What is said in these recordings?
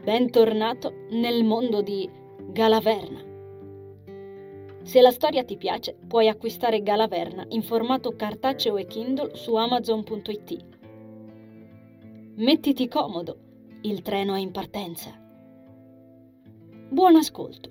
Bentornato nel mondo di Galaverna. Se la storia ti piace, puoi acquistare Galaverna in formato cartaceo e Kindle su Amazon.it. Mettiti comodo, il treno è in partenza. Buon ascolto.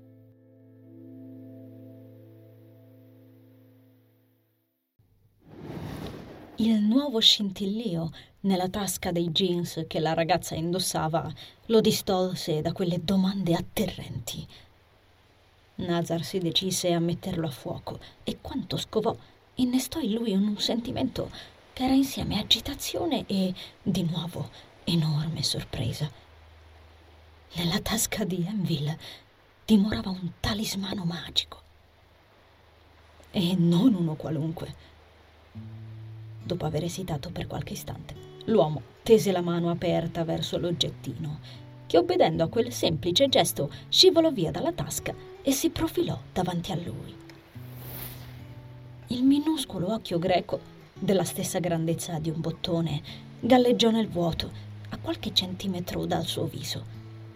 Il nuovo scintillio nella tasca dei jeans che la ragazza indossava lo distolse da quelle domande atterrenti. Nazar si decise a metterlo a fuoco e quanto scovò innestò in lui un sentimento che era insieme agitazione e, di nuovo, enorme sorpresa. Nella tasca di Envil dimorava un talismano magico. E non uno qualunque. Dopo aver esitato per qualche istante, l'uomo tese la mano aperta verso l'oggettino, che obbedendo a quel semplice gesto scivolò via dalla tasca e si profilò davanti a lui. Il minuscolo occhio greco, della stessa grandezza di un bottone, galleggiò nel vuoto, a qualche centimetro dal suo viso.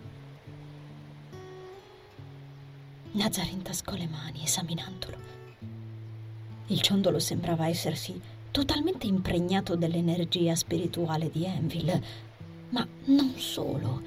Nazar intascò le mani esaminandolo. Il ciondolo sembrava essersi totalmente impregnato dell'energia spirituale di Envil, ma non solo.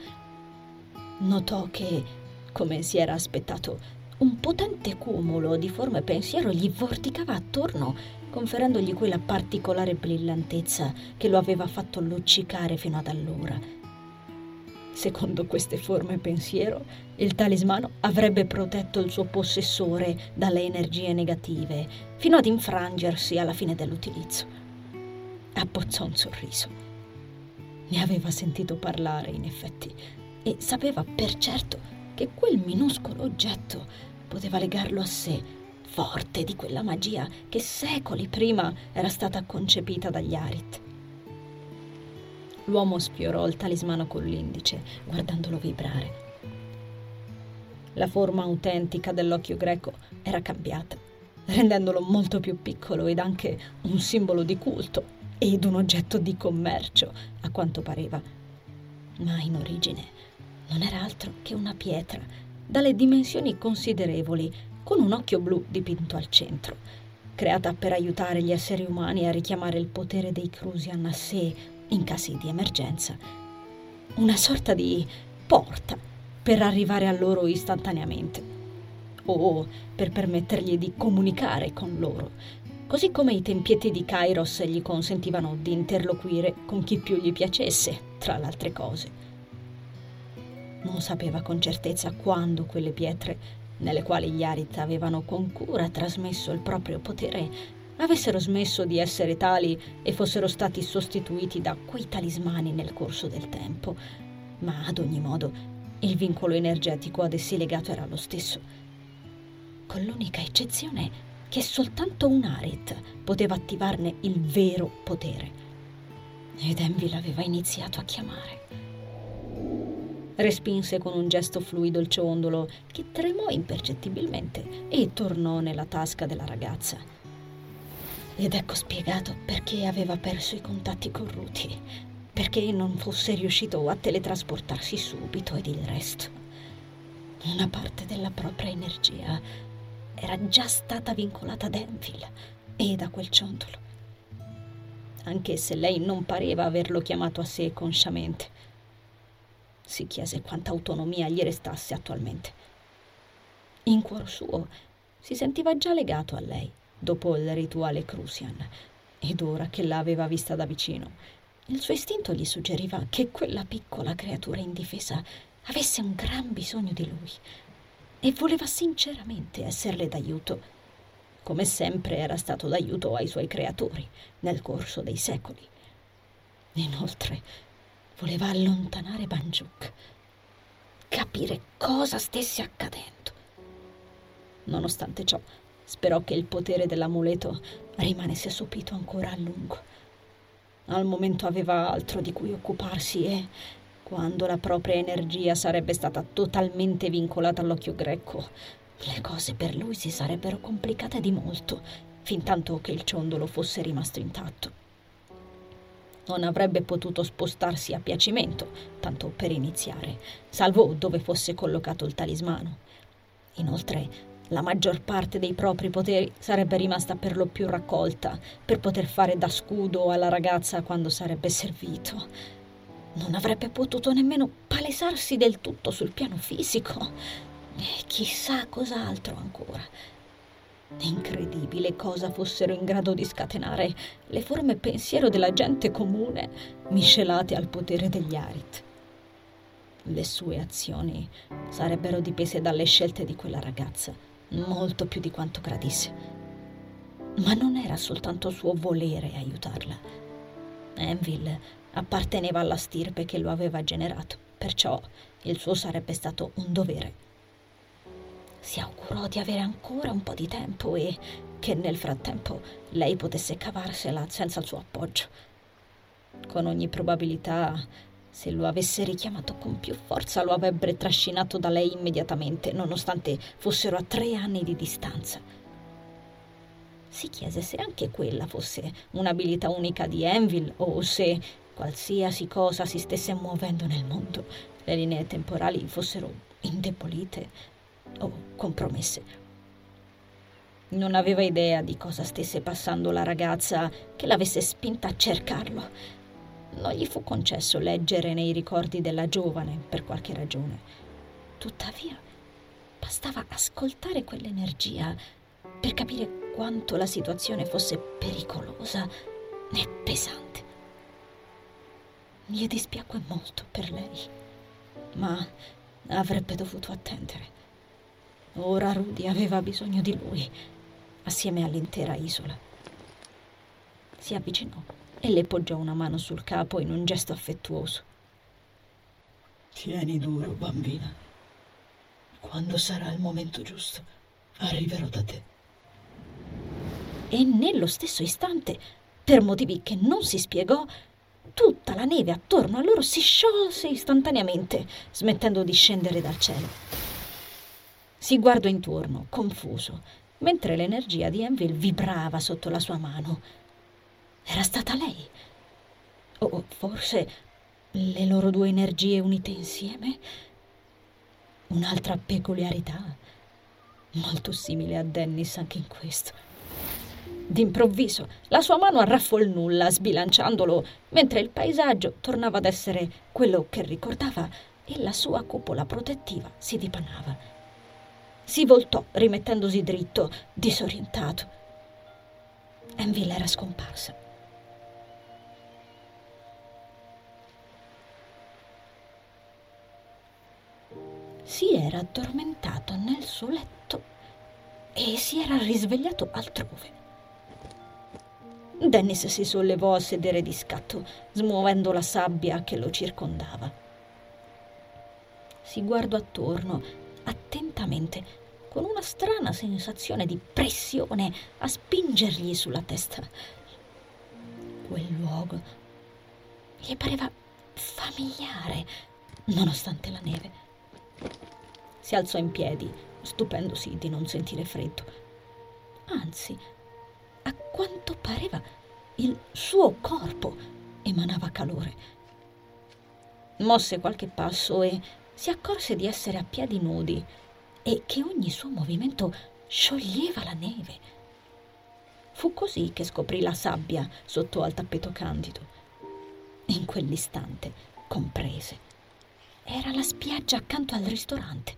Notò che, come si era aspettato, un potente cumulo di forme pensiero gli vorticava attorno, conferendogli quella particolare brillantezza che lo aveva fatto luccicare fino ad allora. Secondo queste forme pensiero, il talismano avrebbe protetto il suo possessore dalle energie negative, fino ad infrangersi alla fine dell'utilizzo. Abbozzò un sorriso. Ne aveva sentito parlare, in effetti, e sapeva per certo che quel minuscolo oggetto poteva legarlo a sé, forte di quella magia che secoli prima era stata concepita dagli Arit. L'uomo sfiorò il talismano con l'indice, guardandolo vibrare. La forma autentica dell'occhio greco era cambiata, rendendolo molto più piccolo ed anche un simbolo di culto ed un oggetto di commercio, a quanto pareva. Ma in origine non era altro che una pietra, dalle dimensioni considerevoli, con un occhio blu dipinto al centro, creata per aiutare gli esseri umani a richiamare il potere dei Crusian a sé in casi di emergenza. Una sorta di porta per arrivare a loro istantaneamente, o per permettergli di comunicare con loro, così come i tempietti di Kairos gli consentivano di interloquire con chi più gli piacesse, tra le altre cose. Non sapeva con certezza quando quelle pietre, nelle quali gli Arit avevano con cura trasmesso il proprio potere, avessero smesso di essere tali e fossero stati sostituiti da quei talismani nel corso del tempo, ma ad ogni modo il vincolo energetico ad essi legato era lo stesso, con l'unica eccezione che soltanto un Arit poteva attivarne il vero potere. Ed Envil aveva iniziato a chiamare. Respinse con un gesto fluido il ciondolo, che tremò impercettibilmente e tornò nella tasca della ragazza. Ed ecco spiegato perché aveva perso i contatti con Ruti, perché non fosse riuscito a teletrasportarsi subito ed il resto. Una parte della propria energia era già stata vincolata ad Envil e da quel ciondolo, anche se lei non pareva averlo chiamato a sé consciamente. Si chiese quanta autonomia gli restasse attualmente. In cuor suo si sentiva già legato a lei dopo il rituale Crusian, ed ora che l'aveva vista da vicino, il suo istinto gli suggeriva che quella piccola creatura indifesa avesse un gran bisogno di lui e voleva sinceramente esserle d'aiuto, come sempre era stato d'aiuto ai suoi creatori nel corso dei secoli. Inoltre voleva allontanare Banjuk, capire cosa stesse accadendo. Nonostante ciò, sperò che il potere dell'amuleto rimanesse assopito ancora a lungo. Al momento aveva altro di cui occuparsi e, quando la propria energia sarebbe stata totalmente vincolata all'occhio greco, le cose per lui si sarebbero complicate di molto, fintanto che il ciondolo fosse rimasto intatto. Non avrebbe potuto spostarsi a piacimento, tanto per iniziare, salvo dove fosse collocato il talismano. Inoltre, la maggior parte dei propri poteri sarebbe rimasta per lo più raccolta per poter fare da scudo alla ragazza quando sarebbe servito. Non avrebbe potuto nemmeno palesarsi del tutto sul piano fisico e chissà cos'altro ancora. Incredibile cosa fossero in grado di scatenare le forme pensiero della gente comune miscelate al potere degli Arit. Le sue azioni sarebbero dipese dalle scelte di quella ragazza, molto più di quanto gradisse. Ma non era soltanto suo volere aiutarla. Envil apparteneva alla stirpe che lo aveva generato, perciò il suo sarebbe stato un dovere. Si augurò di avere ancora un po' di tempo e che nel frattempo lei potesse cavarsela senza il suo appoggio. Con ogni probabilità, se lo avesse richiamato con più forza, lo avrebbe trascinato da lei immediatamente, nonostante fossero a 3 anni di distanza. Si chiese se anche quella fosse un'abilità unica di Envil o se qualsiasi cosa si stesse muovendo nel mondo, le linee temporali fossero indebolite o compromesse. Non aveva idea di cosa stesse passando la ragazza che l'avesse spinta a cercarlo. Non gli fu concesso leggere nei ricordi della giovane per qualche ragione. Tuttavia, bastava ascoltare quell'energia per capire quanto la situazione fosse pericolosa e pesante. Gli dispiacque molto per lei, ma avrebbe dovuto attendere. Ora Rudy aveva bisogno di lui, assieme all'intera isola. Si avvicinò e le poggiò una mano sul capo in un gesto affettuoso. Tieni duro, bambina. Quando sarà il momento giusto, arriverò da te. E nello stesso istante, per motivi che non si spiegò, tutta la neve attorno a loro si sciolse istantaneamente, smettendo di scendere dal cielo. Si guardò intorno, confuso, mentre l'energia di Envil vibrava sotto la sua mano. Era stata lei? O forse le loro 2 energie unite insieme? Un'altra peculiarità, molto simile a Dennis anche in questo. D'improvviso la sua mano arraffò il nulla, sbilanciandolo, mentre il paesaggio tornava ad essere quello che ricordava e la sua cupola protettiva si dipanava. Si voltò, rimettendosi dritto, disorientato. Envil era scomparsa. Si era addormentato nel suo letto e si era risvegliato altrove. Dennis si sollevò a sedere di scatto, smuovendo la sabbia che lo circondava. Si guardò attorno attentamente, con una strana sensazione di pressione a spingergli sulla testa. Quel luogo gli pareva familiare, nonostante la neve. Si alzò in piedi, stupendosi di non sentire freddo. Anzi, a quanto pareva il suo corpo emanava calore. Mosse qualche passo e si accorse di essere a piedi nudi e che ogni suo movimento scioglieva la neve. Fu così che scoprì la sabbia sotto al tappeto candido. In quell'istante comprese. Era la spiaggia accanto al ristorante.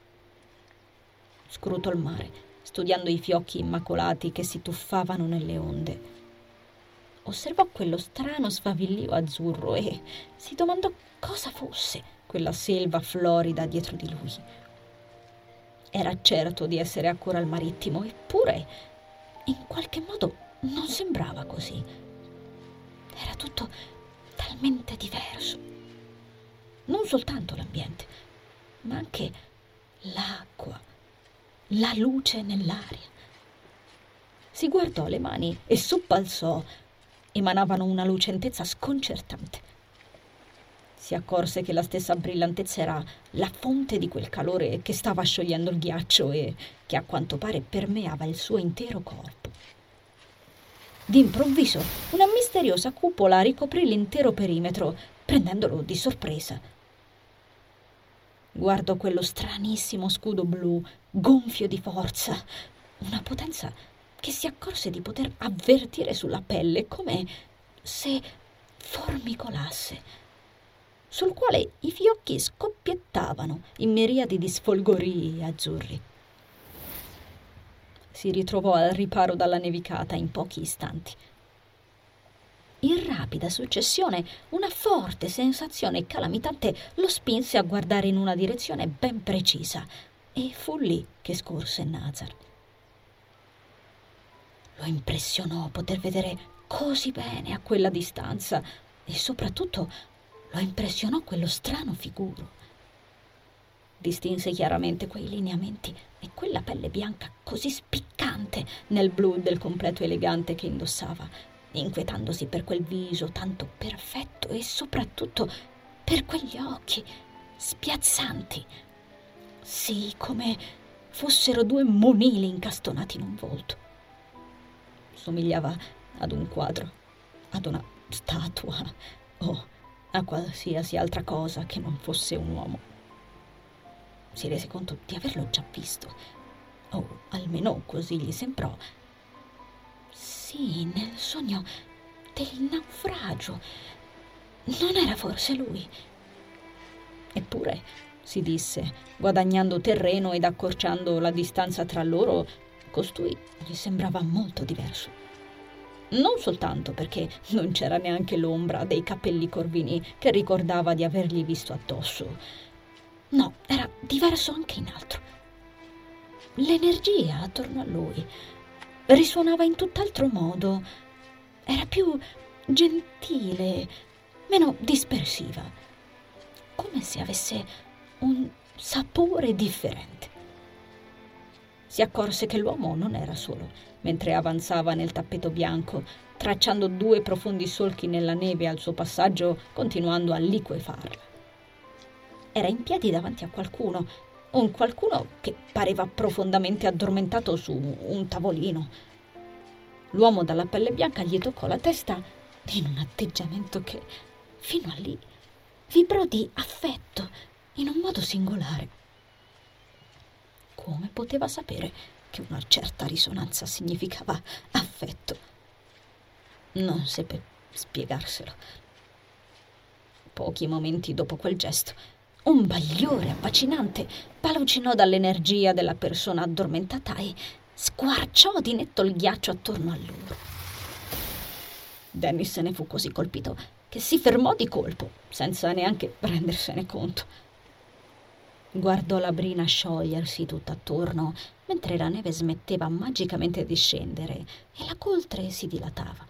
Scrutò il mare, studiando i fiocchi immacolati che si tuffavano nelle onde. Osservò quello strano sfavillio azzurro e si domandò cosa fosse quella selva florida dietro di lui. Era certo di essere ancora al marittimo, eppure in qualche modo non sembrava così. Era tutto talmente diverso. Non soltanto l'ambiente, ma anche l'acqua, la luce nell'aria. Si guardò le mani e sobbalzò. Emanavano una lucentezza sconcertante. Si accorse che la stessa brillantezza era la fonte di quel calore che stava sciogliendo il ghiaccio e che a quanto pare permeava il suo intero corpo. D'improvviso una misteriosa cupola ricoprì l'intero perimetro, prendendolo di sorpresa. Guardò quello stranissimo scudo blu, gonfio di forza, una potenza che si accorse di poter avvertire sulla pelle, come se formicolasse, sul quale i fiocchi scoppiettavano in miriadi di sfolgorii azzurri. Si ritrovò al riparo dalla nevicata in pochi istanti. In rapida successione, una forte sensazione calamitante lo spinse a guardare in una direzione ben precisa, e fu lì che scorse Nazar. Lo impressionò poter vedere così bene a quella distanza, e soprattutto lo impressionò quello strano figuro. Distinse chiaramente quei lineamenti e quella pelle bianca così spiccante nel blu del completo elegante che indossava, inquietandosi per quel viso tanto perfetto e soprattutto per quegli occhi spiazzanti, sì, come fossero due monili incastonati in un volto. Somigliava ad un quadro, ad una statua o a qualsiasi altra cosa che non fosse un uomo. Si rese conto di averlo già visto, o almeno così gli sembrò. Sì, nel sogno del naufragio. Non era forse lui? Eppure, si disse, guadagnando terreno ed accorciando la distanza tra loro, costui gli sembrava molto diverso. Non soltanto perché non c'era neanche l'ombra dei capelli corvini che ricordava di avergli visto addosso. No, era diverso anche in altro. L'energia attorno a lui risuonava in tutt'altro modo. Era più gentile, meno dispersiva, come se avesse un sapore differente. Si accorse che l'uomo non era solo, mentre avanzava nel tappeto bianco, tracciando 2 profondi solchi nella neve al suo passaggio, continuando a liquefarla. Era in piedi davanti a qualcuno, un qualcuno che pareva profondamente addormentato su un tavolino. L'uomo dalla pelle bianca gli toccò la testa in un atteggiamento che, fino a lì, vibrò di affetto in un modo singolare. Come poteva sapere che una certa risonanza significava affetto? Non seppe spiegarselo. Pochi momenti dopo quel gesto, un bagliore affascinante balucinò dall'energia della persona addormentata e squarciò di netto il ghiaccio attorno a loro. Dennis se ne fu così colpito che si fermò di colpo, senza neanche rendersene conto. Guardò la brina sciogliersi tutt'attorno, mentre la neve smetteva magicamente di scendere e la coltre si dilatava.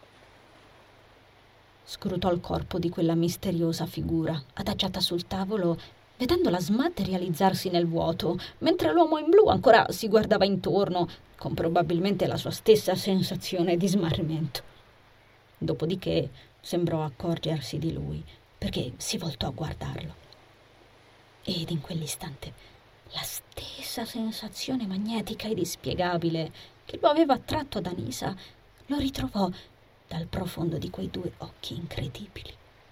Scrutò il corpo di quella misteriosa figura adagiata sul tavolo, vedendola smaterializzarsi nel vuoto, mentre l'uomo in blu ancora si guardava intorno, con probabilmente la sua stessa sensazione di smarrimento. Dopodiché sembrò accorgersi di lui, perché si voltò a guardarlo. Ed in quell'istante la stessa sensazione magnetica ed inspiegabile che lo aveva attratto ad Anisa lo ritrovò dal profondo di quei 2 occhi incredibili.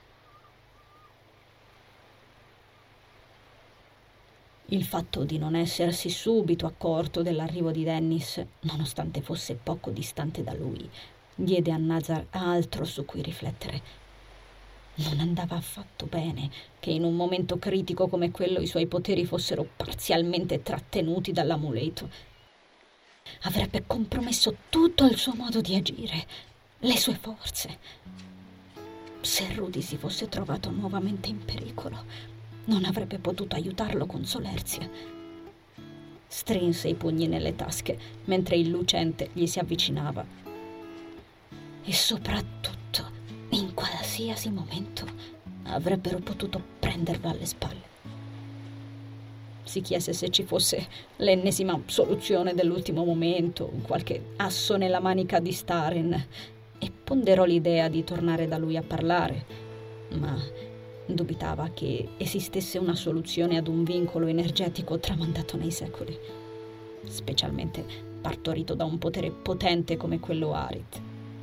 Il fatto di non essersi subito accorto dell'arrivo di Dennis, nonostante fosse poco distante da lui, diede a Nazar altro su cui riflettere. Non andava affatto bene che in un momento critico come quello i suoi poteri fossero parzialmente trattenuti dall'amuleto. Avrebbe compromesso tutto il suo modo di agire, le sue forze. Se Rudy si fosse trovato nuovamente in pericolo, non avrebbe potuto aiutarlo con solerzia. Strinse i pugni nelle tasche mentre il lucente gli si avvicinava. E soprattutto, in qualsiasi momento, avrebbero potuto prenderlo alle spalle. Si chiese se ci fosse l'ennesima soluzione dell'ultimo momento, qualche asso nella manica di Staren, e ponderò l'idea di tornare da lui a parlare, ma dubitava che esistesse una soluzione ad un vincolo energetico tramandato nei secoli, specialmente partorito da un potere potente come quello Arit.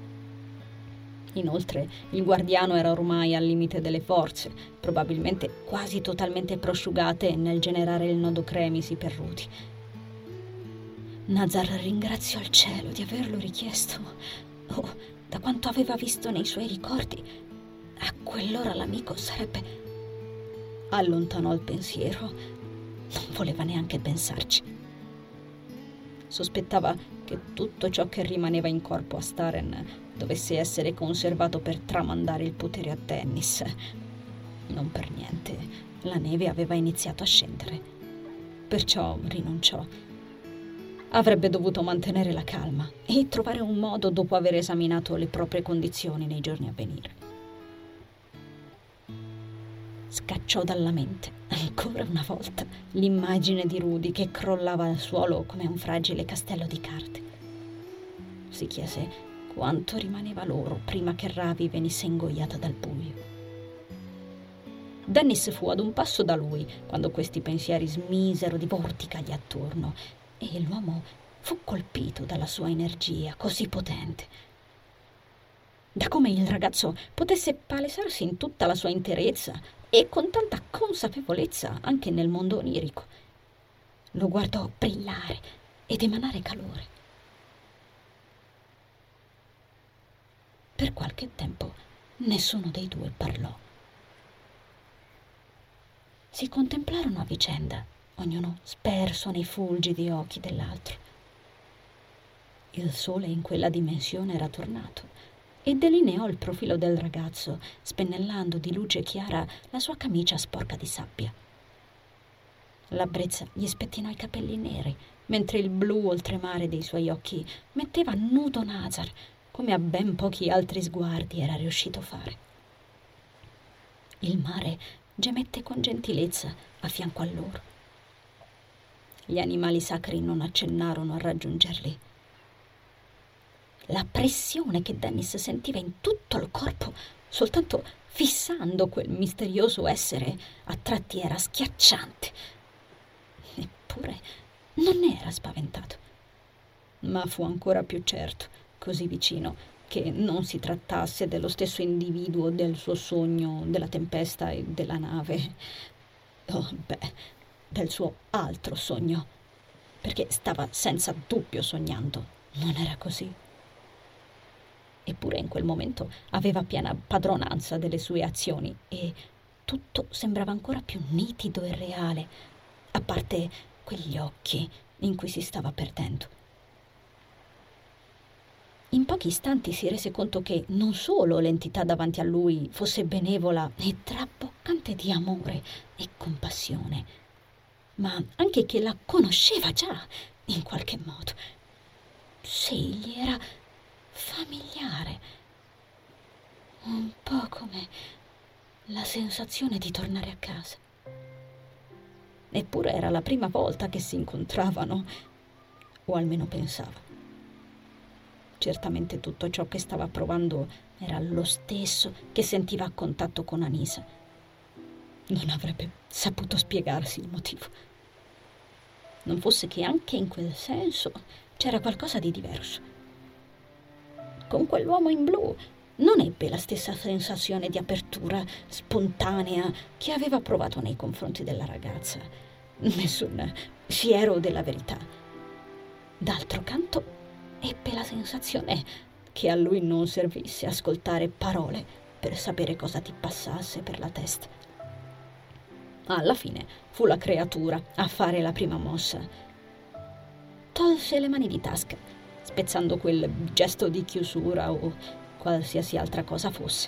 Inoltre, il guardiano era ormai al limite delle forze, probabilmente quasi totalmente prosciugate nel generare il nodo cremisi per Rudy. Nazar ringraziò il cielo di averlo richiesto. Oh, da quanto aveva visto nei suoi ricordi, a quell'ora l'amico sarebbe... Allontanò il pensiero. Non voleva neanche pensarci. Sospettava che tutto ciò che rimaneva in corpo a Staren dovesse essere conservato per tramandare il potere a Dennis. Non per niente, la neve aveva iniziato a scendere. Perciò rinunciò. Avrebbe dovuto mantenere la calma e trovare un modo dopo aver esaminato le proprie condizioni nei giorni a venire. Scacciò dalla mente, ancora una volta, l'immagine di Rudy che crollava al suolo come un fragile castello di carte. Si chiese quanto rimaneva loro prima che Ravi venisse ingoiata dal buio. Dennis fu ad un passo da lui quando questi pensieri smisero di vorticagli attorno e l'uomo fu colpito dalla sua energia così potente. Da come il ragazzo potesse palesarsi in tutta la sua interezza e con tanta consapevolezza anche nel mondo onirico. Lo guardò brillare ed emanare calore. Per qualche tempo nessuno dei due parlò. Si contemplarono a vicenda, ognuno sperso nei fulgidi occhi dell'altro. Il sole in quella dimensione era tornato e delineò il profilo del ragazzo, spennellando di luce chiara la sua camicia sporca di sabbia. La brezza gli spettinò i capelli neri, mentre il blu oltremare dei suoi occhi metteva nudo Nazar, come a ben pochi altri sguardi era riuscito a fare. Il mare gemette con gentilezza a fianco a loro. Gli animali sacri non accennarono a raggiungerli. La pressione che Dennis sentiva in tutto il corpo, soltanto fissando quel misterioso essere, a tratti era schiacciante. Eppure non era spaventato. Ma fu ancora più certo, così vicino, che non si trattasse dello stesso individuo del suo sogno, della tempesta e della nave. Del suo altro sogno, perché stava senza dubbio sognando, non era così? Eppure in quel momento aveva piena padronanza delle sue azioni e tutto sembrava ancora più nitido e reale, a parte quegli occhi in cui si stava perdendo. In pochi istanti si rese conto che non solo l'entità davanti a lui fosse benevola e traboccante di amore e compassione, ma anche che la conosceva già in qualche modo. Sì, gli era familiare, un po' come la sensazione di tornare a casa. Eppure era la prima volta che si incontravano, o almeno pensava. Certamente tutto ciò che stava provando era lo stesso che sentiva a contatto con Anisa. Non avrebbe saputo spiegarsi il motivo. Non fosse che anche in quel senso c'era qualcosa di diverso. Con quell'uomo in blu non ebbe la stessa sensazione di apertura spontanea che aveva provato nei confronti della ragazza. Nessun fiero della verità. D'altro canto, ebbe la sensazione che a lui non servisse ascoltare parole per sapere cosa ti passasse per la testa. Alla fine fu la creatura a fare la prima mossa. Tolse le mani di tasca, spezzando quel gesto di chiusura o qualsiasi altra cosa fosse.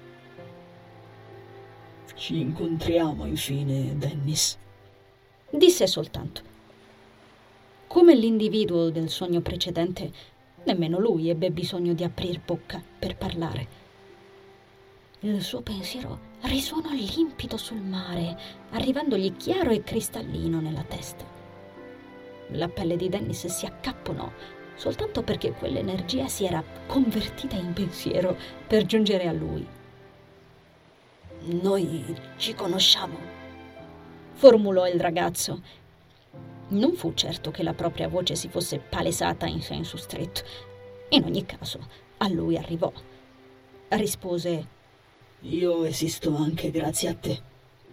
Ci incontriamo infine, Dennis, disse soltanto. Come l'individuo del sogno precedente, nemmeno lui ebbe bisogno di aprir bocca per parlare. Il suo pensiero risuonò limpido sul mare, arrivandogli chiaro e cristallino nella testa. La pelle di Dennis si accapponò soltanto perché quell'energia si era convertita in pensiero per giungere a lui. Noi ci conosciamo, formulò il ragazzo. Non fu certo che la propria voce si fosse palesata in senso stretto. In ogni caso, a lui arrivò. rispose: Io esisto anche grazie a te.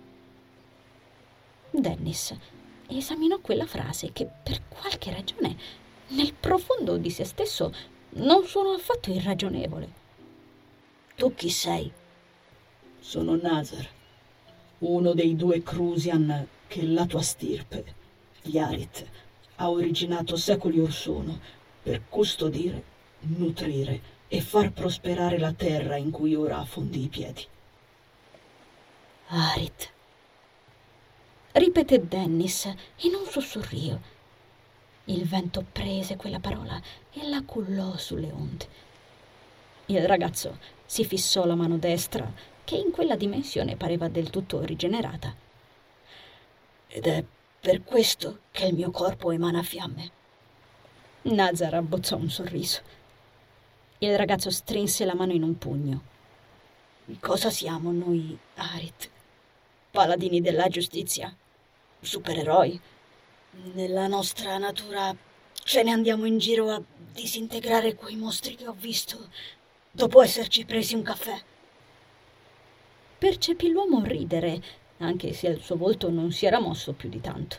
Dennis esaminò quella frase che per qualche ragione nel profondo di se stesso non suonò affatto irragionevole. Tu chi sei? Sono Nazar, uno dei 2 Crusian che la tua stirpe, gli Arit, ha originato secoli or sono per custodire, nutrire e far prosperare la terra in cui ora affondi i piedi. Arit, ripeté Dennis in un sussurrio. Il vento prese quella parola e la cullò sulle onde. Il ragazzo si fissò la mano destra, che in quella dimensione pareva del tutto rigenerata. Ed è per questo che il mio corpo emana fiamme. Nazar abbozzò un sorriso. Il ragazzo strinse la mano in un pugno. Cosa siamo noi, Arit? Paladini della giustizia? Supereroi? Nella nostra natura ce ne andiamo in giro a disintegrare quei mostri che ho visto dopo esserci presi un caffè. Percepì l'uomo ridere, anche se il suo volto non si era mosso più di tanto.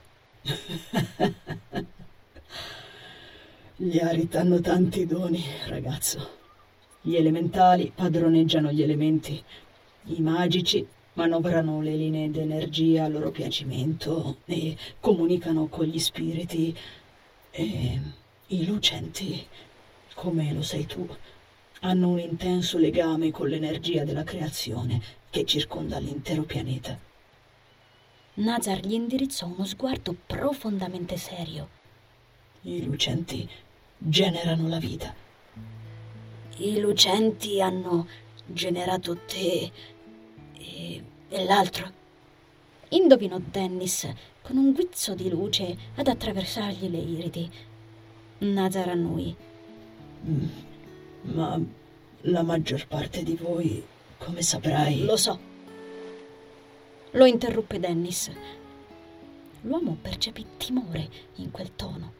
Gli Arit hanno tanti doni, ragazzo. Gli elementali padroneggiano gli elementi. I magici manovrano le linee d'energia a loro piacimento e comunicano con gli spiriti. E i lucenti, come lo sai tu, hanno un intenso legame con l'energia della creazione che circonda l'intero pianeta. Nazar gli indirizzò uno sguardo profondamente serio. I lucenti generano la vita. I lucenti hanno generato te e l'altro. Indovinò Dennis con un guizzo di luce ad attraversargli le iridi. Nazar annui. Ma la maggior parte di voi, come saprai... Lo so. Lo interruppe Dennis. L'uomo percepì timore in quel tono.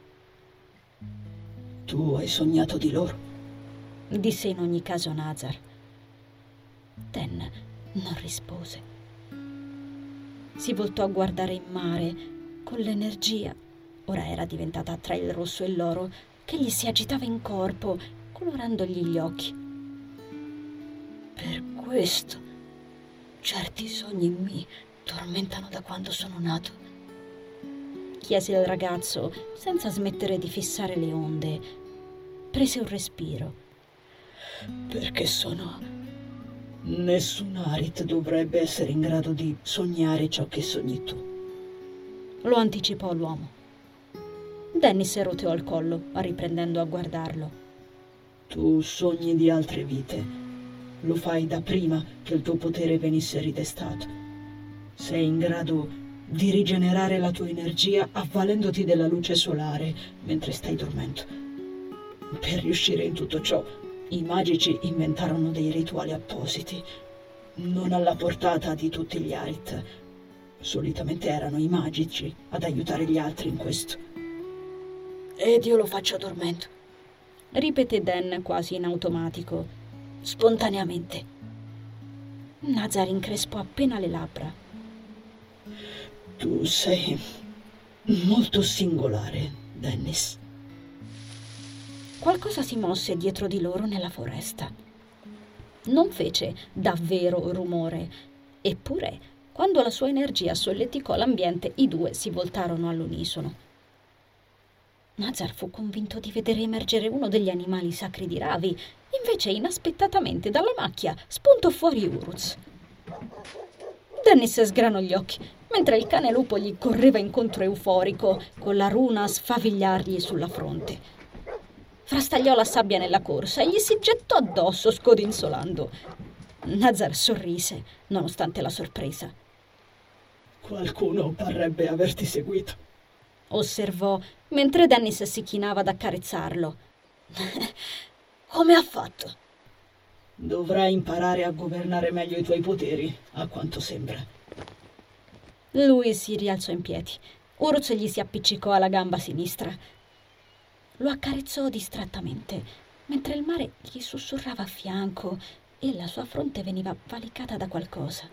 Tu hai sognato di loro? Disse in ogni caso Nazar. Dan non rispose. Si voltò a guardare in mare con l'energia, ora era diventata tra il rosso e l'oro, che gli si agitava in corpo, colorandogli gli occhi. Per questo certi sogni mi tormentano da quando sono nato? Chiese il ragazzo senza smettere di fissare le onde. Prese un respiro. Perché sono... Nessun Arit dovrebbe essere in grado di sognare ciò che sogni tu. Lo anticipò l'uomo. Dennis roteò il collo, riprendendo a guardarlo. Tu sogni di altre vite. Lo fai da prima che il tuo potere venisse ridestato. Sei in grado di rigenerare la tua energia avvalendoti della luce solare mentre stai dormendo. Per riuscire in tutto ciò, i magici inventarono dei rituali appositi, non alla portata di tutti gli Arit. Solitamente erano i magici ad aiutare gli altri in questo. Ed io lo faccio dormendo, ripeté Dan quasi in automatico, spontaneamente. Nazar increspò appena le labbra. Tu sei molto singolare, Dennis. Qualcosa si mosse dietro di loro nella foresta. Non fece davvero rumore, eppure, quando la sua energia solleticò l'ambiente, i due si voltarono all'unisono. Nazar fu convinto di vedere emergere uno degli animali sacri di Ravi, invece inaspettatamente dalla macchia spuntò fuori Uruz. Dennis sgranò gli occhi, mentre il cane lupo gli correva incontro euforico, con la runa a sfavigliargli sulla fronte. Frastagliò la sabbia nella corsa e gli si gettò addosso, scodinzolando. Nazar sorrise, nonostante la sorpresa. Qualcuno parrebbe averti seguito, osservò, mentre Dennis si chinava ad accarezzarlo. Come ha fatto? Dovrai imparare a governare meglio i tuoi poteri, a quanto sembra. Lui si rialzò in piedi. Uruz gli si appiccicò alla gamba sinistra. Lo accarezzò distrattamente, mentre il mare gli sussurrava a fianco e la sua fronte veniva valicata da qualcosa.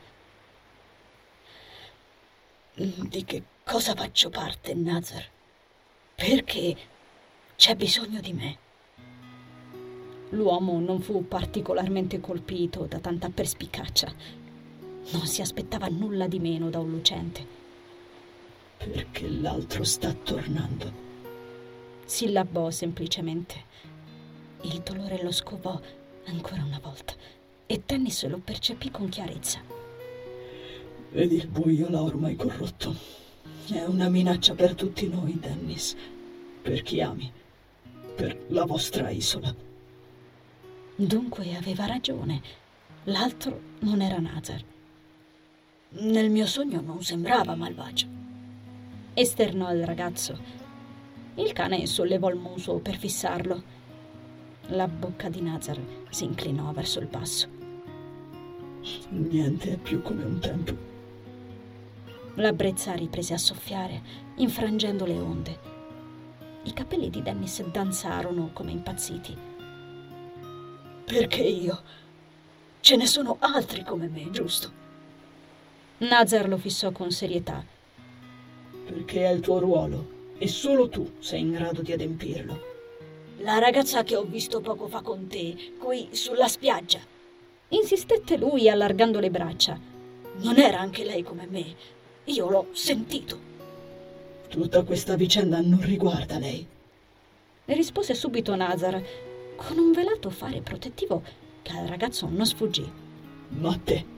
Di che cosa faccio parte, Nazar? Perché c'è bisogno di me? L'uomo non fu particolarmente colpito da tanta perspicacia. Non si aspettava nulla di meno da un lucente. Perché l'altro sta tornando. Sillabò semplicemente. Il dolore lo scovò ancora una volta e Dennis lo percepì con chiarezza. Ed il buio l'ha ormai corrotto. È una minaccia per tutti noi, Dennis. Per chi ami. Per la vostra isola. Dunque aveva ragione. L'altro non era Nazar. Nel mio sogno non sembrava malvagio. Esternò il ragazzo. Il cane sollevò il muso per fissarlo. La bocca di Nazar si inclinò verso il basso. Niente è più come un tempo. La brezza riprese a soffiare, infrangendo le onde. I capelli di Dennis danzarono come impazziti. Perché io? Ce ne sono altri come me, giusto? Nazar lo fissò con serietà. Perché è il tuo ruolo e solo tu sei in grado di adempirlo. La ragazza che ho visto poco fa con te, qui sulla spiaggia. Insistette lui allargando le braccia. Non era anche lei come me. Io l'ho sentito. Tutta questa vicenda non riguarda lei. Rispose subito Nazar, con un velato fare protettivo che al ragazzo non sfuggì. Ma te?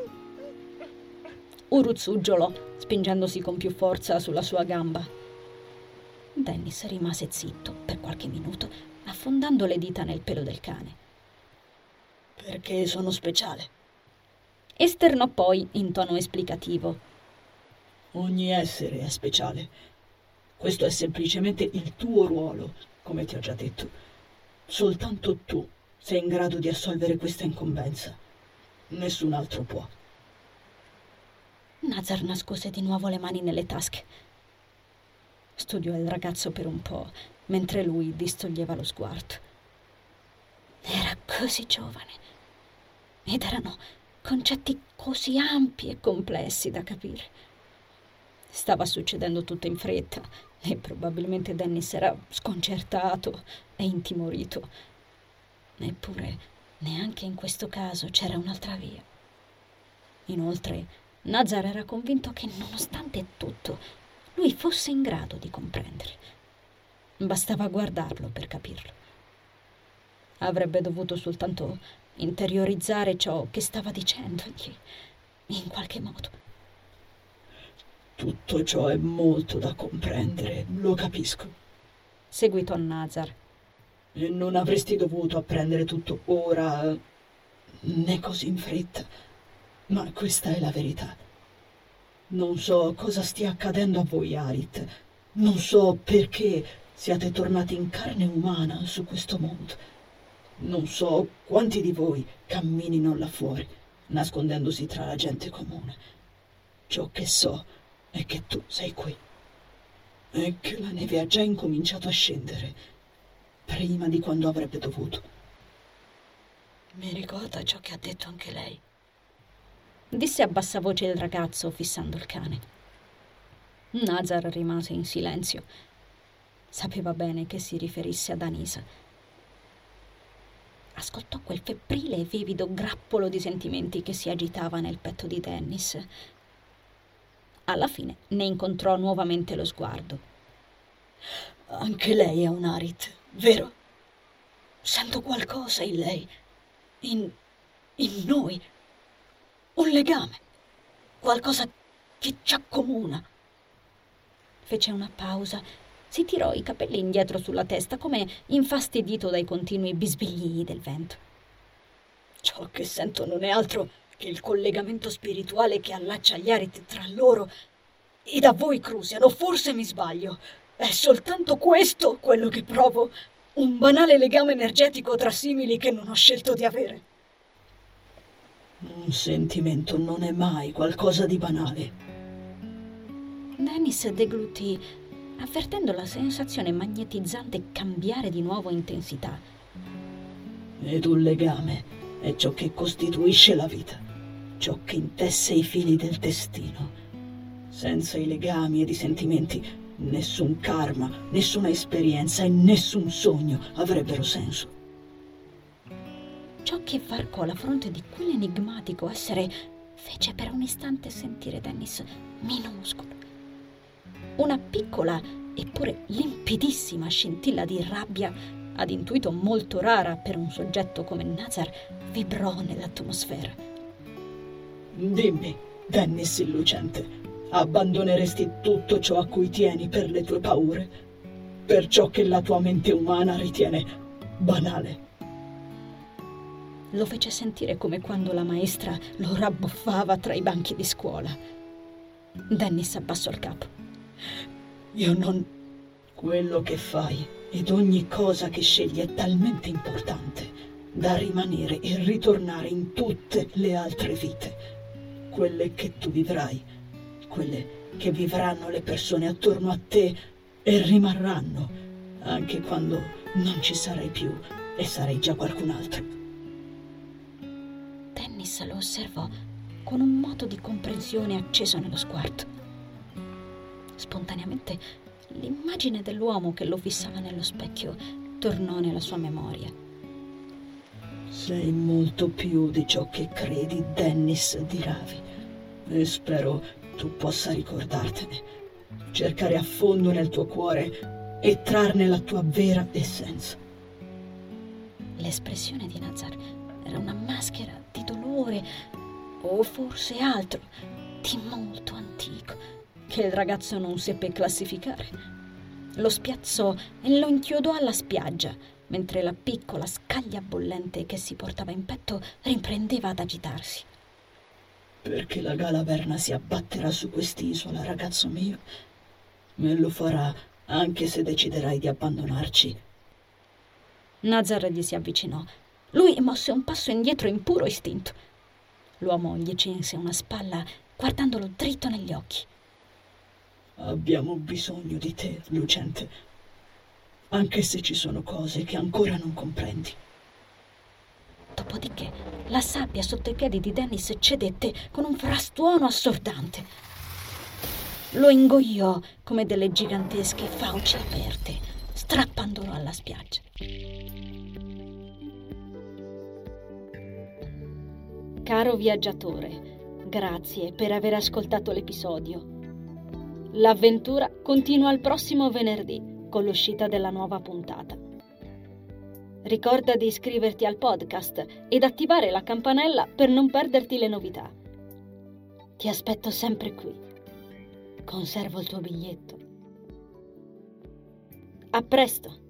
Uruzzuggiolò, spingendosi con più forza sulla sua gamba. Dennis rimase zitto per qualche minuto, affondando le dita nel pelo del cane. Perché sono speciale. Esternò poi in tono esplicativo. Ogni essere è speciale. Questo è semplicemente il tuo ruolo, come ti ho già detto. Soltanto tu sei in grado di assolvere questa incombenza. Nessun altro può. Nazar nascose di nuovo le mani nelle tasche. Studiò il ragazzo per un po', mentre lui distoglieva lo sguardo. Era così giovane ed erano concetti così ampi e complessi da capire. Stava succedendo tutto in fretta e probabilmente Dennis era sconcertato e intimorito. Eppure, neanche in questo caso c'era un'altra via. Inoltre, Nazar era convinto che, nonostante tutto, lui fosse in grado di comprendere. Bastava guardarlo per capirlo. Avrebbe dovuto soltanto interiorizzare ciò che stava dicendogli, in qualche modo. Tutto ciò è molto da comprendere, lo capisco. Seguitò Nazar. E non avresti dovuto apprendere tutto ora, né così in fretta. Ma questa è la verità. Non so cosa stia accadendo a voi, Arit. Non so perché siate tornati in carne umana su questo mondo. Non so quanti di voi camminino là fuori, nascondendosi tra la gente comune. Ciò che so è che tu sei qui. E che la neve ha già incominciato a scendere, prima di quando avrebbe dovuto. Mi ricorda ciò che ha detto anche lei. Disse a bassa voce il ragazzo, fissando il cane. Nazar rimase in silenzio. Sapeva bene che si riferisse ad Anisa. Ascoltò quel febbrile e vivido grappolo di sentimenti che si agitava nel petto di Dennis. Alla fine ne incontrò nuovamente lo sguardo. Anche lei è un Arit, vero? Sento qualcosa in lei, in noi. Un legame, qualcosa che ci accomuna. Fece una pausa, si tirò i capelli indietro sulla testa come infastidito dai continui bisbigli del vento. Ciò che sento non è altro che il collegamento spirituale che allaccia gli Arit tra loro e da voi, Crucian, o forse mi sbaglio. È soltanto questo quello che provo, un banale legame energetico tra simili che non ho scelto di avere. Un sentimento non è mai qualcosa di banale. Dennis deglutì, avvertendo la sensazione magnetizzante cambiare di nuovo intensità. Ed un legame è ciò che costituisce la vita, ciò che intesse i fili del destino. Senza i legami ed i sentimenti, nessun karma, nessuna esperienza e nessun sogno avrebbero senso. Ciò che varcò la fronte di quell'enigmatico essere fece per un istante sentire Dennis minuscolo. Una piccola eppure limpidissima scintilla di rabbia, ad intuito molto rara per un soggetto come Nazar, vibrò nell'atmosfera. Dimmi, Dennis il lucente, abbandoneresti tutto ciò a cui tieni per le tue paure, per ciò che la tua mente umana ritiene banale? Lo fece sentire come quando la maestra lo rabbuffava tra i banchi di scuola. Dennis abbassò il capo. Io non... Quello che fai ed ogni cosa che scegli è talmente importante da rimanere e ritornare in tutte le altre vite, quelle che tu vivrai, quelle che vivranno le persone attorno a te e rimarranno, anche quando non ci sarai più e sarai già qualcun altro. Dennis lo osservò con un moto di comprensione acceso nello sguardo. Spontaneamente l'immagine dell'uomo che lo fissava nello specchio tornò nella sua memoria. Sei molto più di ciò che credi, Dennis di Ravi, e spero tu possa ricordartene, cercare a fondo nel tuo cuore e trarne la tua vera essenza. L'espressione di Nazar era una maschera di dolore, o forse altro, di molto antico, che il ragazzo non seppe classificare. Lo spiazzò e lo inchiodò alla spiaggia, mentre la piccola scaglia bollente che si portava in petto riprendeva ad agitarsi. Perché la Galaverna si abbatterà su quest'isola, ragazzo mio, e lo farà anche se deciderai di abbandonarci. Nazar gli si avvicinò. Lui mosse un passo indietro in puro istinto. L'uomo gli cinse una spalla guardandolo dritto negli occhi. Abbiamo bisogno di te, lucente, anche se ci sono cose che ancora non comprendi. Dopodiché la sabbia sotto i piedi di Dennis cedette con un frastuono assordante. Lo ingoiò come delle gigantesche fauci aperte, strappandolo alla spiaggia. Caro viaggiatore, grazie per aver ascoltato l'episodio. L'avventura continua il prossimo venerdì con l'uscita della nuova puntata. Ricorda di iscriverti al podcast ed attivare la campanella per non perderti le novità. Ti aspetto sempre qui. Conservo il tuo biglietto. A presto!